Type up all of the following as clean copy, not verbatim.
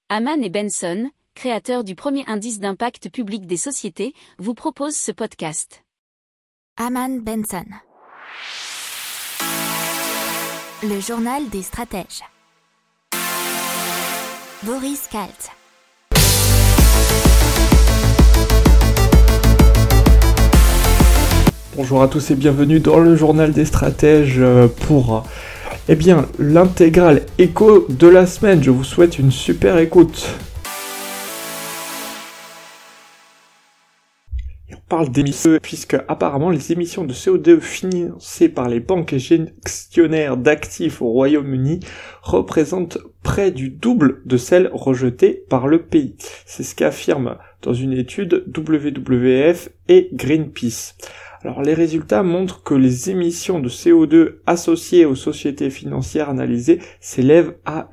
Aman et Benson, créateurs du premier indice d'impact public des sociétés, vous proposent ce podcast. Aman Benson. Le journal des stratèges. Boris Kalt. Bonjour à tous et bienvenue dans le journal des stratèges pour l'intégrale écho de la semaine. Je vous souhaite une super écoute. On parle d'émissions puisque apparemment les émissions de CO2 financées par les banques et gestionnaires d'actifs au Royaume-Uni représentent près du double de celles rejetées par le pays. C'est ce qu'affirment dans une étude WWF et Greenpeace. Alors les résultats montrent que les émissions de CO2 associées aux sociétés financières analysées s'élèvent à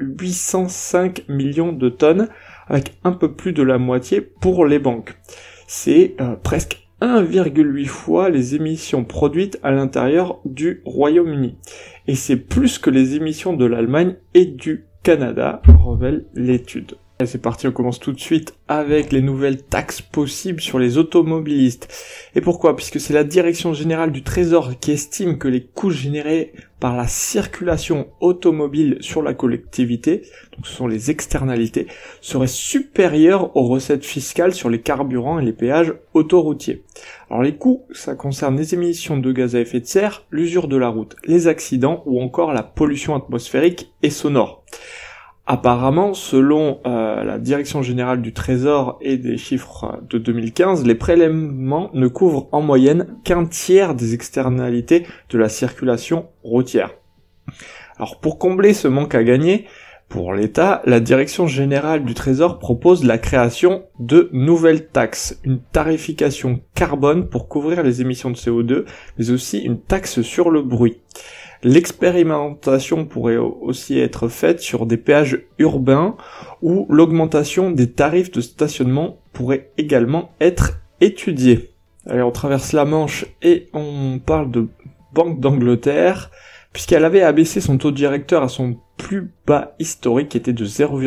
805 millions de tonnes, avec un peu plus de la moitié pour les banques. C'est presque 1,8 fois les émissions produites à l'intérieur du Royaume-Uni. Et c'est plus que les émissions de l'Allemagne et du Canada, révèle l'étude. Et c'est parti, on commence tout de suite avec les nouvelles taxes possibles sur les automobilistes. Et pourquoi ? Puisque c'est la Direction Générale du Trésor qui estime que les coûts générés par la circulation automobile sur la collectivité, donc ce sont les externalités, seraient supérieurs aux recettes fiscales sur les carburants et les péages autoroutiers. Alors les coûts, ça concerne les émissions de gaz à effet de serre, l'usure de la route, les accidents ou encore la pollution atmosphérique et sonore. Apparemment, selon la Direction Générale du Trésor et des chiffres de 2015, les prélèvements ne couvrent en moyenne qu'un tiers des externalités de la circulation routière. Alors pour combler ce manque à gagner, pour l'État, la Direction Générale du Trésor propose la création de nouvelles taxes, une tarification carbone pour couvrir les émissions de CO2, mais aussi une taxe sur le bruit. L'expérimentation pourrait aussi être faite sur des péages urbains où l'augmentation des tarifs de stationnement pourrait également être étudiée. Allez, on traverse la Manche et on parle de Banque d'Angleterre, puisqu'elle avait abaissé son taux directeur à son plus bas historique qui était de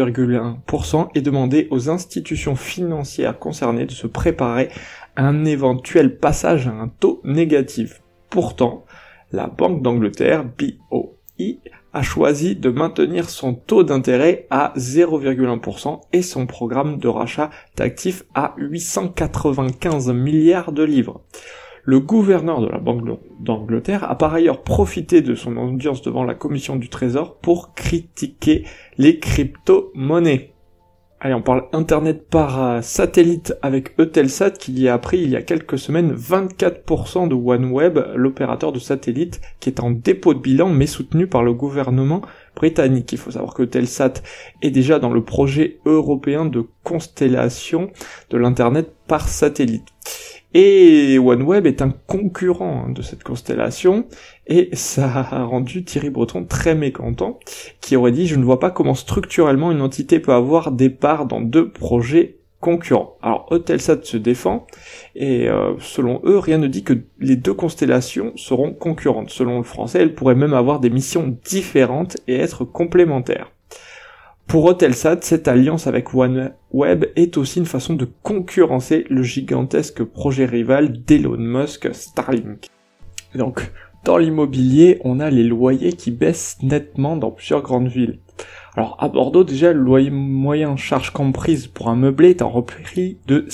0,1% et demandé aux institutions financières concernées de se préparer à un éventuel passage à un taux négatif. Pourtant, la Banque d'Angleterre, BOE, a choisi de maintenir son taux d'intérêt à 0,1% et son programme de rachat d'actifs à 895 milliards de livres. Le gouverneur de la Banque d'Angleterre a par ailleurs profité de son audience devant la Commission du Trésor pour critiquer les crypto-monnaies. Allez, on parle Internet par satellite avec Eutelsat qui a pris il y a quelques semaines 24% de OneWeb, l'opérateur de satellite qui est en dépôt de bilan mais soutenu par le gouvernement britannique. Il faut savoir que Eutelsat est déjà dans le projet européen de constellation de l'Internet par satellite. Et OneWeb est un concurrent de cette constellation, et ça a rendu Thierry Breton très mécontent, qui aurait dit « Je ne vois pas comment structurellement une entité peut avoir des parts dans deux projets concurrents ». Alors Eutelsat se défend, et selon eux, rien ne dit que les deux constellations seront concurrentes. Selon le français, elles pourraient même avoir des missions différentes et être complémentaires. Pour Eutelsat, cette alliance avec OneWeb est aussi une façon de concurrencer le gigantesque projet rival d'Elon Musk, Starlink. Et donc, dans l'immobilier, on a les loyers qui baissent nettement dans plusieurs grandes villes. Alors, à Bordeaux, déjà, le loyer moyen charge comprise pour un meublé est en repli de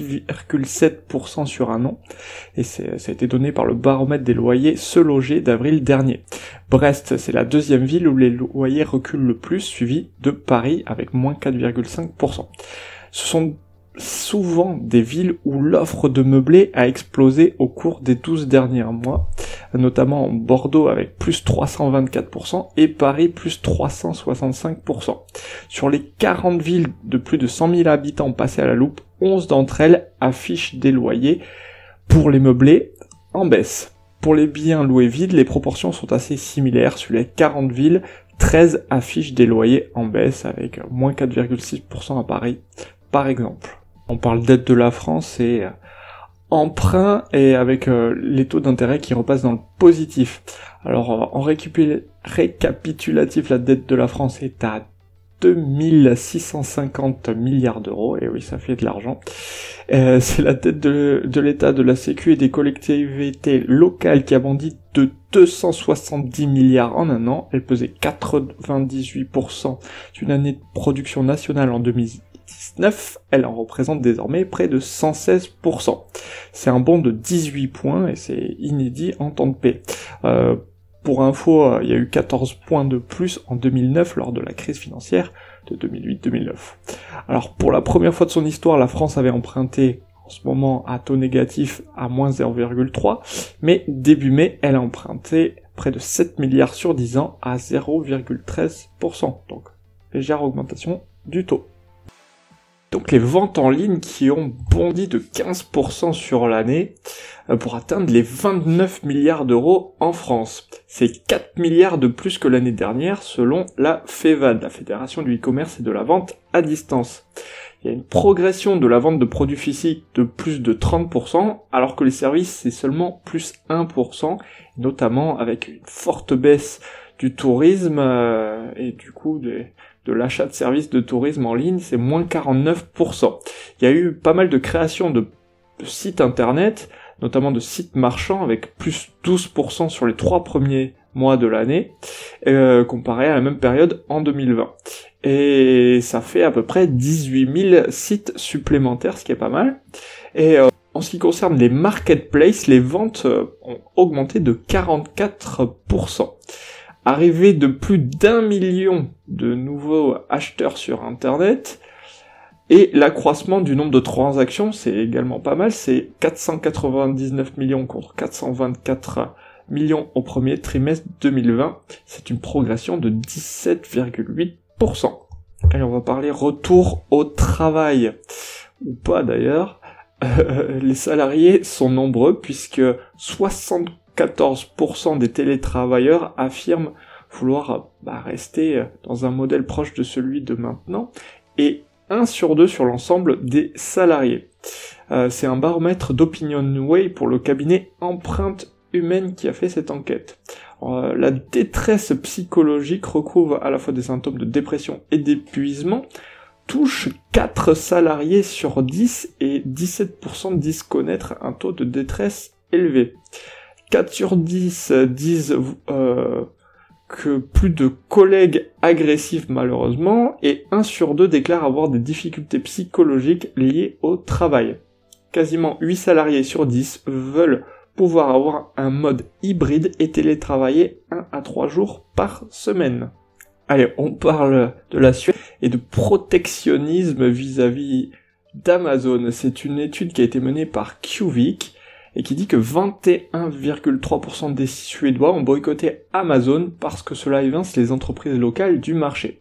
6,7% sur un an. Et ça a été donné par le baromètre des loyers Se Loger d'avril dernier. Brest, c'est la deuxième ville où les loyers reculent le plus, suivi de Paris avec moins 4,5%. Ce sont souvent des villes où l'offre de meublés a explosé au cours des 12 derniers mois, notamment Bordeaux avec plus 324% et Paris plus 365%. Sur les 40 villes de plus de 100 000 habitants passées à la loupe, 11 d'entre elles affichent des loyers pour les meublés en baisse. Pour les biens loués vides, les proportions sont assez similaires. Sur les 40 villes, 13 affichent des loyers en baisse avec moins 4,6% à Paris, par exemple. On parle d'aide de la France et emprunt et avec les taux d'intérêt qui repassent dans le positif. Alors en récapitulatif, la dette de la France est à 2650 milliards d'euros, et oui, ça fait de l'argent. C'est la dette de l'État, de la Sécu et des collectivités locales qui a bondi de 270 milliards en un an. Elle pesait 98% d'une année de production nationale en 2019. Elle en représente désormais près de 116%. C'est un bond de 18 points et c'est inédit en temps de paix. Pour info, il y a eu 14 points de plus en 2009 lors de la crise financière de 2008-2009. Alors pour la première fois de son histoire, la France avait emprunté en ce moment à taux négatif à moins 0,3, mais début mai, elle a emprunté près de 7 milliards sur 10 ans à 0,13%. Donc légère augmentation du taux. Donc les ventes en ligne qui ont bondi de 15% sur l'année pour atteindre les 29 milliards d'euros en France. C'est 4 milliards de plus que l'année dernière selon la FEVAD, la Fédération du e-commerce et de la vente à distance. Il y a une progression de la vente de produits physiques de plus de 30%, alors que les services c'est seulement plus 1%, notamment avec une forte baisse du tourisme et du coup de l'achat de services de tourisme en ligne, c'est moins 49%. Il y a eu pas mal de créations de sites internet, notamment de sites marchands, avec plus 12% sur les 3 premiers mois de l'année, comparé à la même période en 2020. Et ça fait à peu près 18 000 sites supplémentaires, ce qui est pas mal. Et en ce qui concerne les marketplaces, les ventes ont augmenté de 44%. Arrivée de plus d'1 million de nouveaux acheteurs sur Internet, et l'accroissement du nombre de transactions, c'est également pas mal, c'est 499 millions contre 424 millions au premier trimestre 2020, c'est une progression de 17,8%. Allez, on va parler retour au travail, ou pas d'ailleurs. Les salariés sont nombreux puisque 74% des télétravailleurs affirment vouloir rester dans un modèle proche de celui de maintenant, et 1 sur 2 sur l'ensemble des salariés. C'est un baromètre d'OpinionWay pour le cabinet Empreinte Humaine qui a fait cette enquête. La détresse psychologique recouvre à la fois des symptômes de dépression et d'épuisement, touche 4 salariés sur 10 et 17% disent connaître un taux de détresse élevé. 4 sur 10 disent que plus de collègues agressifs malheureusement, et 1 sur 2 déclare avoir des difficultés psychologiques liées au travail. Quasiment 8 salariés sur 10 veulent pouvoir avoir un mode hybride et télétravailler 1 à 3 jours par semaine. Allez, on parle de la Suède et de protectionnisme vis-à-vis d'Amazon. C'est une étude qui a été menée par Qvik, et qui dit que 21,3% des Suédois ont boycotté Amazon parce que cela évince les entreprises locales du marché.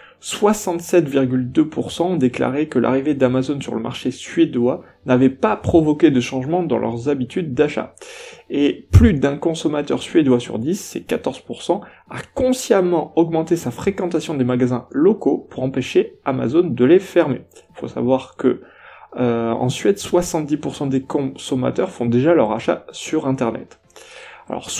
67,2% ont déclaré que l'arrivée d'Amazon sur le marché suédois n'avait pas provoqué de changement dans leurs habitudes d'achat. Et plus d'un consommateur suédois sur 10, c'est 14%, a consciemment augmenté sa fréquentation des magasins locaux pour empêcher Amazon de les fermer. Il faut savoir que en Suède, 70% des consommateurs font déjà leur achat sur Internet. Alors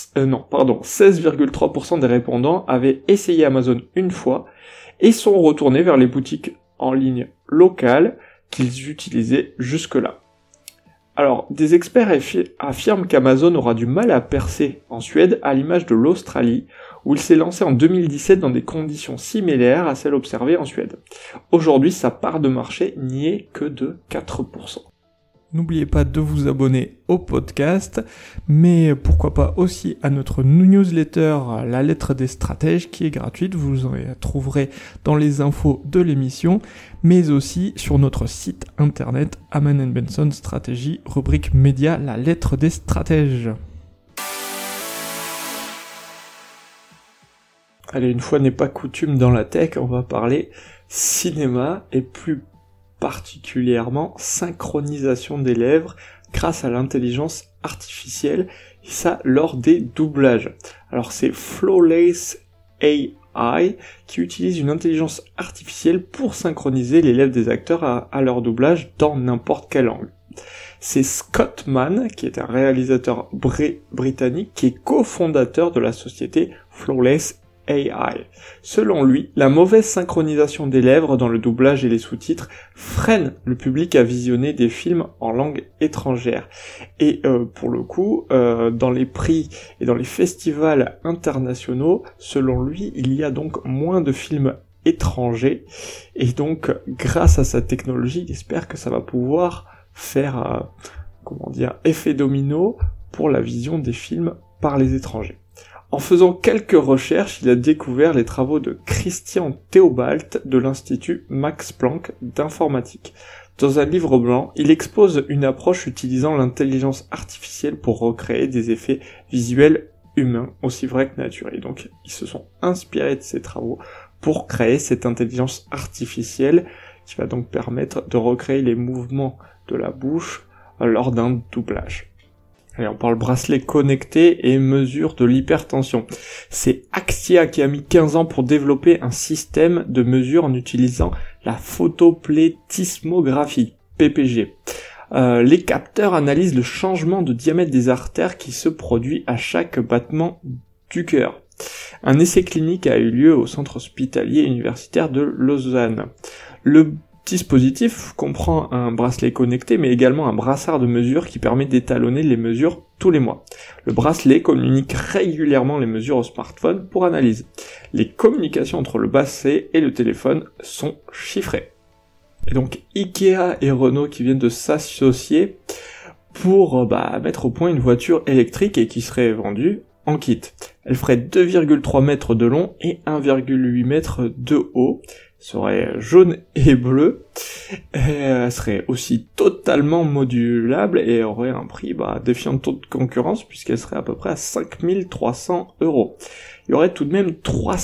16,3% des répondants avaient essayé Amazon une fois et sont retournés vers les boutiques en ligne locales qu'ils utilisaient jusque-là. Alors, des experts affirment qu'Amazon aura du mal à percer en Suède à l'image de l'Australie, où il s'est lancé en 2017 dans des conditions similaires à celles observées en Suède. Aujourd'hui, sa part de marché n'y est que de 4%. N'oubliez pas de vous abonner au podcast, mais pourquoi pas aussi à notre newsletter La Lettre des Stratèges qui est gratuite, vous en trouverez dans les infos de l'émission, mais aussi sur notre site internet Aman & Benson Stratégie, rubrique média La Lettre des Stratèges. Allez, une fois n'est pas coutume dans la tech, on va parler cinéma et plus particulièrement synchronisation des lèvres grâce à l'intelligence artificielle, et ça lors des doublages. Alors c'est Flawless AI qui utilise une intelligence artificielle pour synchroniser les lèvres des acteurs à leur doublage dans n'importe quel angle. C'est Scott Mann, qui est un réalisateur britannique, qui est cofondateur de la société Flawless AI. Selon lui, la mauvaise synchronisation des lèvres dans le doublage et les sous-titres freine le public à visionner des films en langue étrangère. Et pour le coup, dans les prix et dans les festivals internationaux, selon lui, il y a donc moins de films étrangers, et donc grâce à sa technologie, il espère que ça va pouvoir faire, effet domino pour la vision des films par les étrangers. En faisant quelques recherches, il a découvert les travaux de Christian Theobald de l'Institut Max Planck d'informatique. Dans un livre blanc, il expose une approche utilisant l'intelligence artificielle pour recréer des effets visuels humains, aussi vrais que naturels. Donc, ils se sont inspirés de ces travaux pour créer cette intelligence artificielle qui va donc permettre de recréer les mouvements de la bouche lors d'un doublage. Allez, on parle bracelet connecté et mesure de l'hypertension. C'est Axia qui a mis 15 ans pour développer un système de mesure en utilisant la photoplétismographie, PPG. Les capteurs analysent le changement de diamètre des artères qui se produit à chaque battement du cœur. Un essai clinique a eu lieu au centre hospitalier universitaire de Lausanne. Le dispositif comprend un bracelet connecté mais également un brassard de mesure qui permet d'étalonner les mesures tous les mois. Le bracelet communique régulièrement les mesures au smartphone pour analyse. Les communications entre le bracelet et le téléphone sont chiffrées. Et donc Ikea et Renault qui viennent de s'associer pour mettre au point une voiture électrique et qui serait vendue en kit. Elle ferait 2,3 mètres de long et 1,8 mètres de haut. Serait jaune et bleu, elle serait aussi totalement modulable et aurait un prix défiant toute concurrence puisqu'elle serait à peu près à 5300 €. Il y aurait tout de même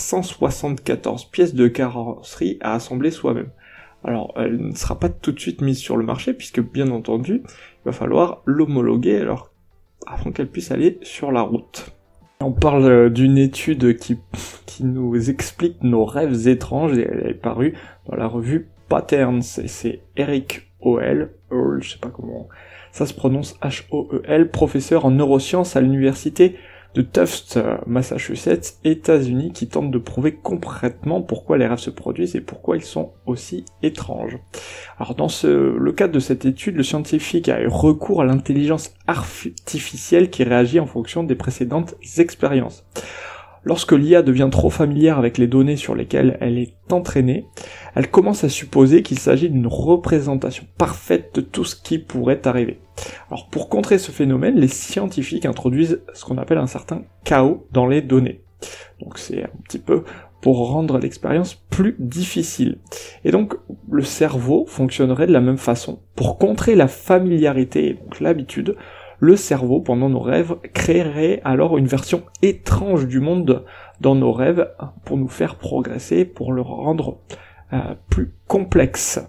374 pièces de carrosserie à assembler soi-même. Alors, elle ne sera pas tout de suite mise sur le marché puisque bien entendu, il va falloir l'homologuer avant qu'elle puisse aller sur la route. On parle d'une étude qui nous explique nos rêves étranges et elle est parue dans la revue Patterns et c'est Eric Hoel, je sais pas comment ça se prononce, H-O-E-L, professeur en neurosciences à l'université de Tufts, Massachusetts, États-Unis, qui tente de prouver concrètement pourquoi les rêves se produisent et pourquoi ils sont aussi étranges. Alors dans le cadre de cette étude, le scientifique a eu recours à l'intelligence artificielle qui réagit en fonction des précédentes expériences. Lorsque l'IA devient trop familière avec les données sur lesquelles elle est entraînée, elle commence à supposer qu'il s'agit d'une représentation parfaite de tout ce qui pourrait arriver. Alors pour contrer ce phénomène, les scientifiques introduisent ce qu'on appelle un certain chaos dans les données. Donc c'est un petit peu pour rendre l'expérience plus difficile. Et donc le cerveau fonctionnerait de la même façon. Pour contrer la familiarité et donc l'habitude, le cerveau, pendant nos rêves, créerait alors une version étrange du monde dans nos rêves pour nous faire progresser, pour le rendre plus complexe.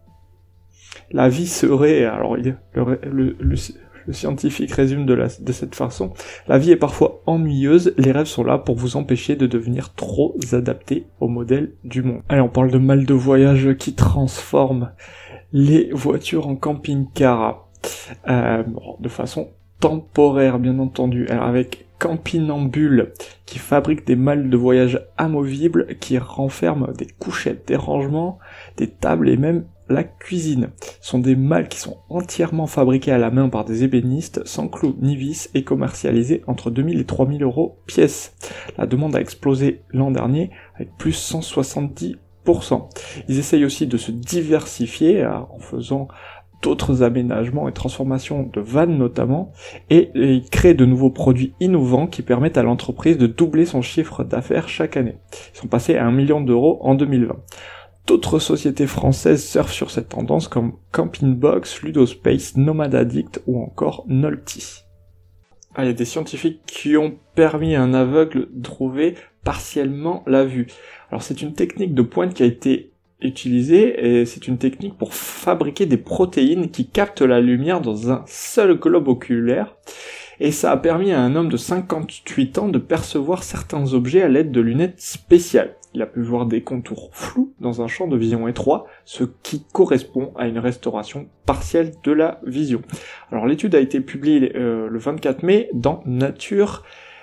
La vie serait, alors le scientifique résume de cette façon, la vie est parfois ennuyeuse, les rêves sont là pour vous empêcher de devenir trop adaptés au modèle du monde. Allez, on parle de mal de voyage qui transforme les voitures en camping-car. De façon temporaire bien entendu, alors avec Campinambule qui fabrique des malles de voyage amovibles qui renferment des couchettes, des rangements, des tables et même la cuisine. Ce sont des malles qui sont entièrement fabriquées à la main par des ébénistes, sans clous ni vis et commercialisées entre 2000 et 3000 € pièce. La demande a explosé l'an dernier avec plus 170%. Ils essayent aussi de se diversifier en faisant d'autres aménagements et transformations de vannes notamment, et ils créent de nouveaux produits innovants qui permettent à l'entreprise de doubler son chiffre d'affaires chaque année. Ils sont passés à 1 million d'euros en 2020. D'autres sociétés françaises surfent sur cette tendance comme Campingbox, Ludospace, Nomad Addict ou encore Nolty. Il y a des scientifiques qui ont permis à un aveugle de trouver partiellement la vue. Alors c'est une technique de pointe qui a été utilisée et c'est une technique pour fabriquer des protéines qui captent la lumière dans un seul globe oculaire et ça a permis à un homme de 58 ans de percevoir certains objets à l'aide de lunettes spéciales. Il a pu voir des contours flous dans un champ de vision étroit, ce qui correspond à une restauration partielle de la vision. Alors l'étude a été publiée le 24 mai dans Nature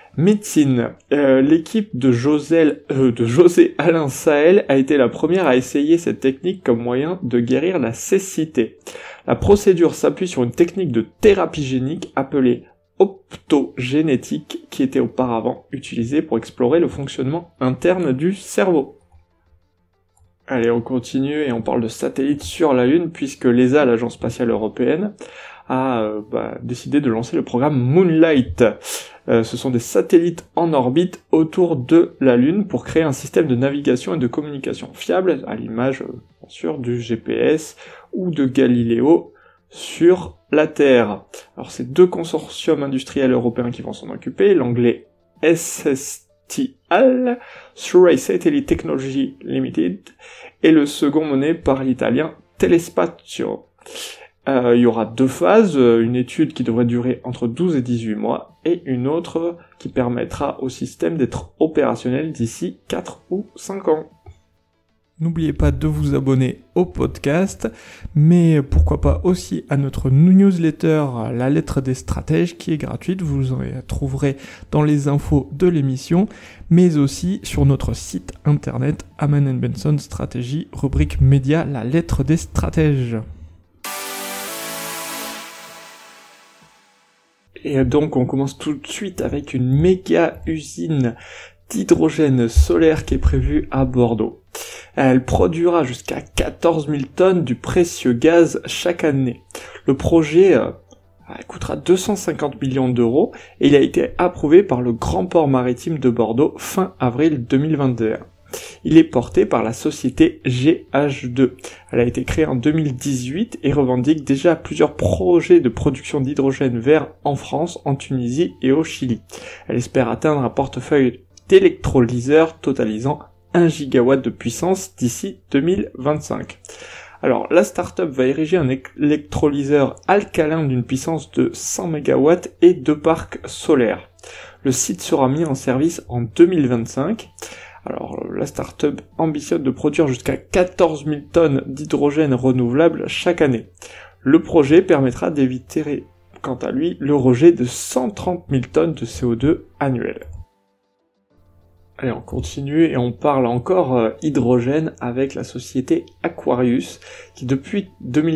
Médecine. L'équipe de José Alain Sahel a été la première à essayer cette technique comme moyen de guérir la cécité. La procédure s'appuie sur une technique de thérapie génique appelée optogénétique qui était auparavant utilisée pour explorer le fonctionnement interne du cerveau. Allez, on continue et on parle de satellites sur la Lune puisque l'ESA, l'Agence spatiale européenne, a décidé de lancer le programme Moonlight. Ce sont des satellites en orbite autour de la Lune pour créer un système de navigation et de communication fiable, à l'image, bien sûr, du GPS ou de Galileo sur la Terre. Alors, c'est 2 consortiums industriels européens qui vont s'en occuper, l'anglais SSTL, Surrey Satellite Technology Limited, et le second mené par l'italien Telespazio. Il y aura 2 phases, une étude qui devrait durer entre 12 et 18 mois, et une autre qui permettra au système d'être opérationnel d'ici 4 ou 5 ans. N'oubliez pas de vous abonner au podcast, mais pourquoi pas aussi à notre newsletter La Lettre des Stratèges qui est gratuite, vous en trouverez dans les infos de l'émission, mais aussi sur notre site internet Aman & Benson Stratégie, rubrique média La Lettre des Stratèges. Et donc on commence tout de suite avec une méga usine d'hydrogène solaire qui est prévue à Bordeaux. Elle produira jusqu'à 14 000 tonnes du précieux gaz chaque année. Le projet coûtera 250 millions d'euros et il a été approuvé par le Grand Port Maritime de Bordeaux fin avril 2021. Il est porté par la société GH2. Elle a été créée en 2018 et revendique déjà plusieurs projets de production d'hydrogène vert en France, en Tunisie et au Chili. Elle espère atteindre un portefeuille d'électrolyseurs totalisant 1 gigawatt de puissance d'ici 2025. Alors, la start-up va ériger un électrolyseur alcalin d'une puissance de 100 MW et 2 parcs solaires. Le site sera mis en service en 2025. Alors, la start-up ambitionne de produire jusqu'à 14 000 tonnes d'hydrogène renouvelable chaque année. Le projet permettra d'éviter, quant à lui, le rejet de 130 000 tonnes de CO2 annuel. Allez, on continue et on parle encore hydrogène avec la société Aquarius, qui depuis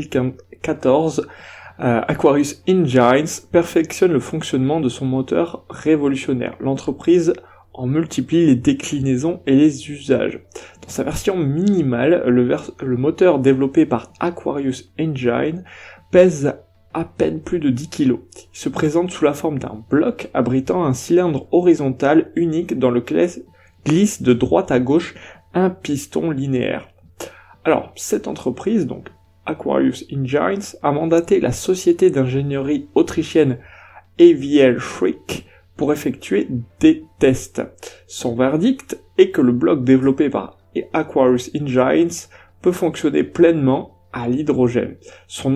2014, Aquarius Engines perfectionne le fonctionnement de son moteur révolutionnaire. L'entreprise en multiplie les déclinaisons et les usages. Dans sa version minimale, le moteur développé par Aquarius Engine pèse à peine plus de 10 kg. Il se présente sous la forme d'un bloc abritant un cylindre horizontal unique dans lequel glisse de droite à gauche un piston linéaire. Alors, cette entreprise, donc Aquarius Engines, a mandaté la société d'ingénierie autrichienne AVL Schrick pour effectuer des tests. Son verdict est que le bloc développé par Aquarius Engines peut fonctionner pleinement à l'hydrogène. Son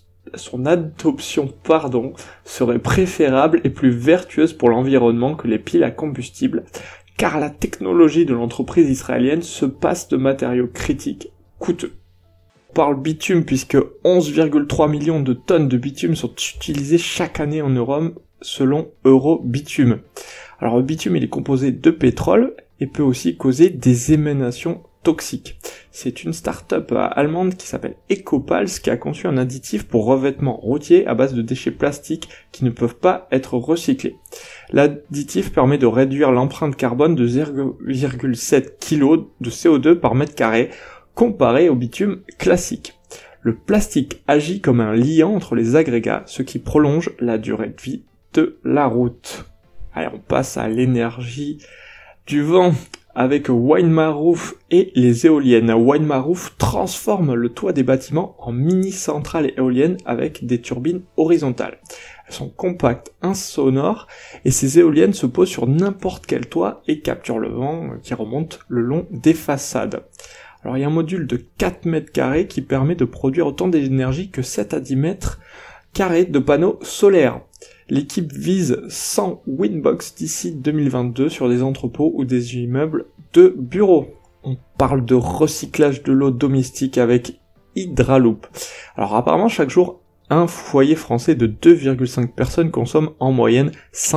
adoption serait préférable et plus vertueuse pour l'environnement que les piles à combustible, car la technologie de l'entreprise israélienne se passe de matériaux critiques coûteux. On parle bitume puisque 11,3 millions de tonnes de bitume sont utilisées chaque année en Europe selon Eurobitume. Alors le bitume il est composé de pétrole et peut aussi causer des émanations toxiques. C'est une start-up allemande qui s'appelle Ecopals qui a conçu un additif pour revêtement routier à base de déchets plastiques qui ne peuvent pas être recyclés. L'additif permet de réduire l'empreinte carbone de 0,7 kg de CO2 par mètre carré comparé au bitume classique. Le plastique agit comme un liant entre les agrégats, ce qui prolonge la durée de vie de la route. Allez, on passe à l'énergie du vent avec Windmarouf et les éoliennes. Windmarouf transforme le toit des bâtiments en mini-centrales éoliennes avec des turbines horizontales. Elles sont compactes, insonores, et ces éoliennes se posent sur n'importe quel toit et capturent le vent qui remonte le long des façades. Alors il y a un module de 4 mètres carrés qui permet de produire autant d'énergie que 7 à 10 mètres carrés de panneaux solaires. L'équipe vise 100 Windbox d'ici 2022 sur des entrepôts ou des immeubles de bureaux. On parle de recyclage de l'eau domestique avec Hydraloop. Alors apparemment chaque jour, un foyer français de 2,5 personnes consomme en moyenne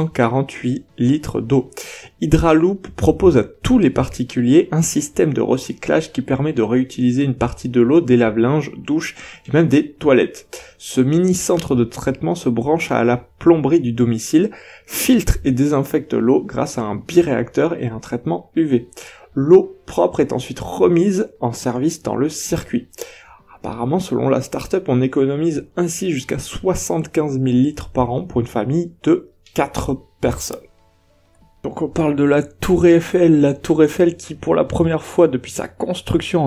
148 litres d'eau. Hydraloop propose à tous les particuliers un système de recyclage qui permet de réutiliser une partie de l'eau des lave-linges, douches et même des toilettes. Ce mini-centre de traitement se branche à la plomberie du domicile, filtre et désinfecte l'eau grâce à un biréacteur et un traitement UV. L'eau propre est ensuite remise en service dans le circuit. Apparemment, selon la start-up, on économise ainsi jusqu'à 75 000 litres par an pour une famille de 4 personnes. Donc on parle de la Tour Eiffel qui pour la première fois depuis sa construction en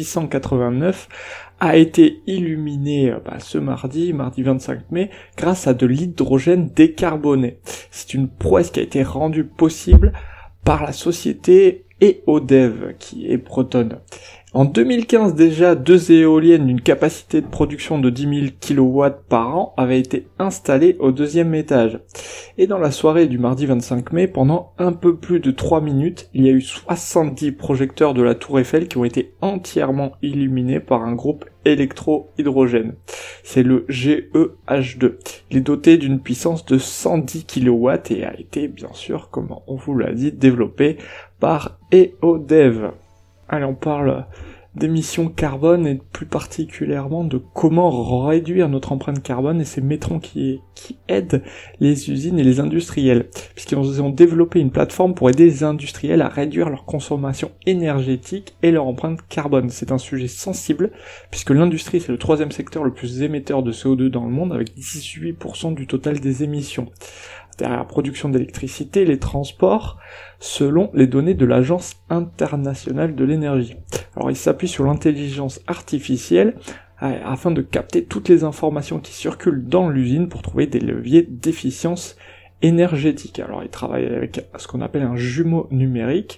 1889 a été illuminée ce mardi 25 mai, grâce à de l'hydrogène décarboné. C'est une prouesse qui a été rendue possible par la société EODEV, qui est bretonne. En 2015 déjà, 2 éoliennes d'une capacité de production de 10 000 kW par an avaient été installées au 2e étage. Et dans la soirée du mardi 25 mai, pendant un peu plus de 3 minutes, il y a eu 70 projecteurs de la Tour Eiffel qui ont été entièrement illuminés par un groupe électro-hydrogène. C'est le GEH2. Il est doté d'une puissance de 110 kW et a été, bien sûr, comme on vous l'a dit, développé par EODEV. Allez, on parle d'émissions carbone et plus particulièrement de comment réduire notre empreinte carbone, et c'est Metron qui aide les usines et les industriels, puisqu'ils ont développé une plateforme pour aider les industriels à réduire leur consommation énergétique et leur empreinte carbone. C'est un sujet sensible, puisque l'industrie c'est le 3e secteur le plus émetteur de CO2 dans le monde, avec 18% du total des émissions. Derrière la production d'électricité, les transports, selon les données de l'Agence internationale de l'énergie. Alors il s'appuie sur l'intelligence artificielle afin de capter toutes les informations qui circulent dans l'usine pour trouver des leviers d'efficience énergétique. Alors il travaille avec ce qu'on appelle un jumeau numérique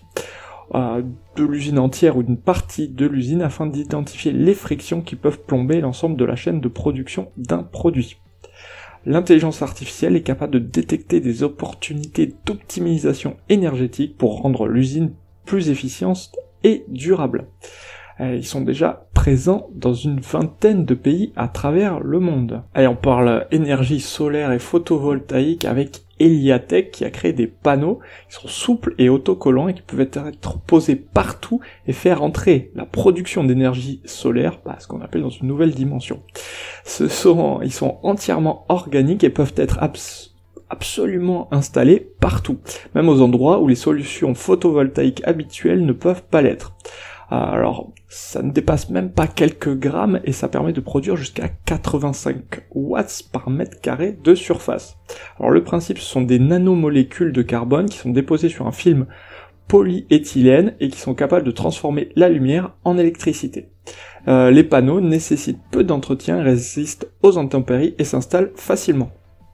de l'usine entière ou d'une partie de l'usine afin d'identifier les frictions qui peuvent plomber l'ensemble de la chaîne de production d'un produit. L'intelligence artificielle est capable de détecter des opportunités d'optimisation énergétique pour rendre l'usine plus efficiente et durable. Ils sont déjà présents dans une vingtaine de pays à travers le monde. Allez, on parle énergie solaire et photovoltaïque avec Eliatech qui a créé des panneaux qui sont souples et autocollants et qui peuvent être posés partout et faire entrer la production d'énergie solaire, ce qu'on appelle dans une nouvelle dimension. Ils sont entièrement organiques et peuvent être absolument installés partout, même aux endroits où les solutions photovoltaïques habituelles ne peuvent pas l'être. Alors, ça ne dépasse même pas quelques grammes et ça permet de produire jusqu'à 85 watts par mètre carré de surface. Alors le principe, ce sont des nanomolécules de carbone qui sont déposées sur un film polyéthylène et qui sont capables de transformer la lumière en électricité. Les panneaux nécessitent peu d'entretien, résistent aux intempéries et s'installent facilement.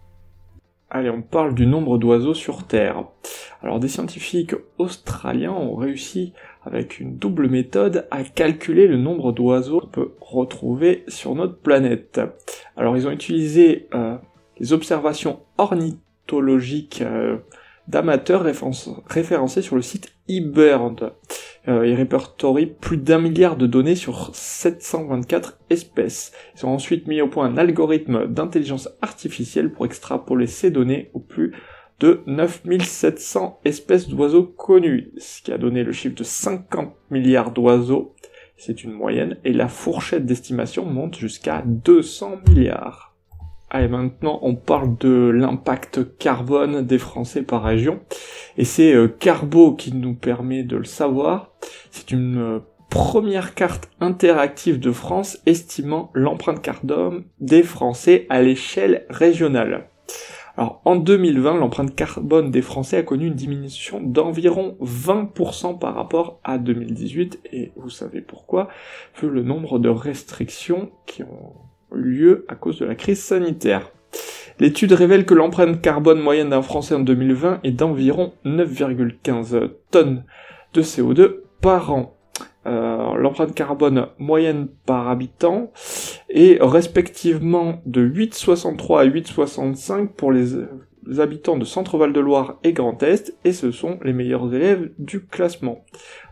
Allez, on parle du nombre d'oiseaux sur Terre. Alors des scientifiques australiens ont réussi avec une double méthode à calculer le nombre d'oiseaux qu'on peut retrouver sur notre planète. Alors ils ont utilisé les observations ornithologiques d'amateurs référencés sur le site eBird. Ils répertorient plus d'1 milliard de données sur 724 espèces. Ils ont ensuite mis au point un algorithme d'intelligence artificielle pour extrapoler ces données au plus de 9700 espèces d'oiseaux connues, ce qui a donné le chiffre de 50 milliards d'oiseaux. C'est une moyenne, et la fourchette d'estimation monte jusqu'à 200 milliards. Allez, maintenant on parle de l'impact carbone des Français par région, et c'est Carbo qui nous permet de le savoir. C'est une première carte interactive de France estimant l'empreinte carbone des Français à l'échelle régionale. Alors en 2020, l'empreinte carbone des Français a connu une diminution d'environ 20% par rapport à 2018, et vous savez pourquoi, vu le nombre de restrictions qui ont eu lieu à cause de la crise sanitaire. L'étude révèle que l'empreinte carbone moyenne d'un Français en 2020 est d'environ 9,15 tonnes de CO2 par an. L'empreinte carbone moyenne par habitant est respectivement de 8,63 à 8,65 pour les habitants de Centre-Val de Loire et Grand Est, et ce sont les meilleurs élèves du classement.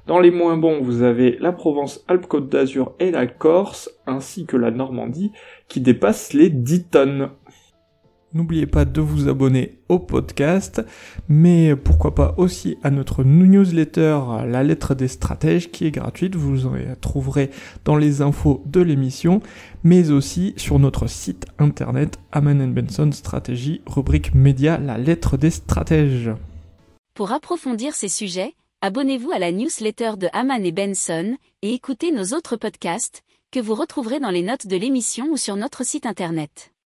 Dans les moins bons, vous avez la Provence-Alpes-Côte d'Azur et la Corse, ainsi que la Normandie, qui dépassent les 10 tonnes. N'oubliez pas de vous abonner au podcast, mais pourquoi pas aussi à notre newsletter La Lettre des Stratèges qui est gratuite, vous en trouverez dans les infos de l'émission, mais aussi sur notre site internet Aman & Benson Stratégie, rubrique média La Lettre des Stratèges. Pour approfondir ces sujets, abonnez-vous à la newsletter de Aman & Benson et écoutez nos autres podcasts que vous retrouverez dans les notes de l'émission ou sur notre site internet.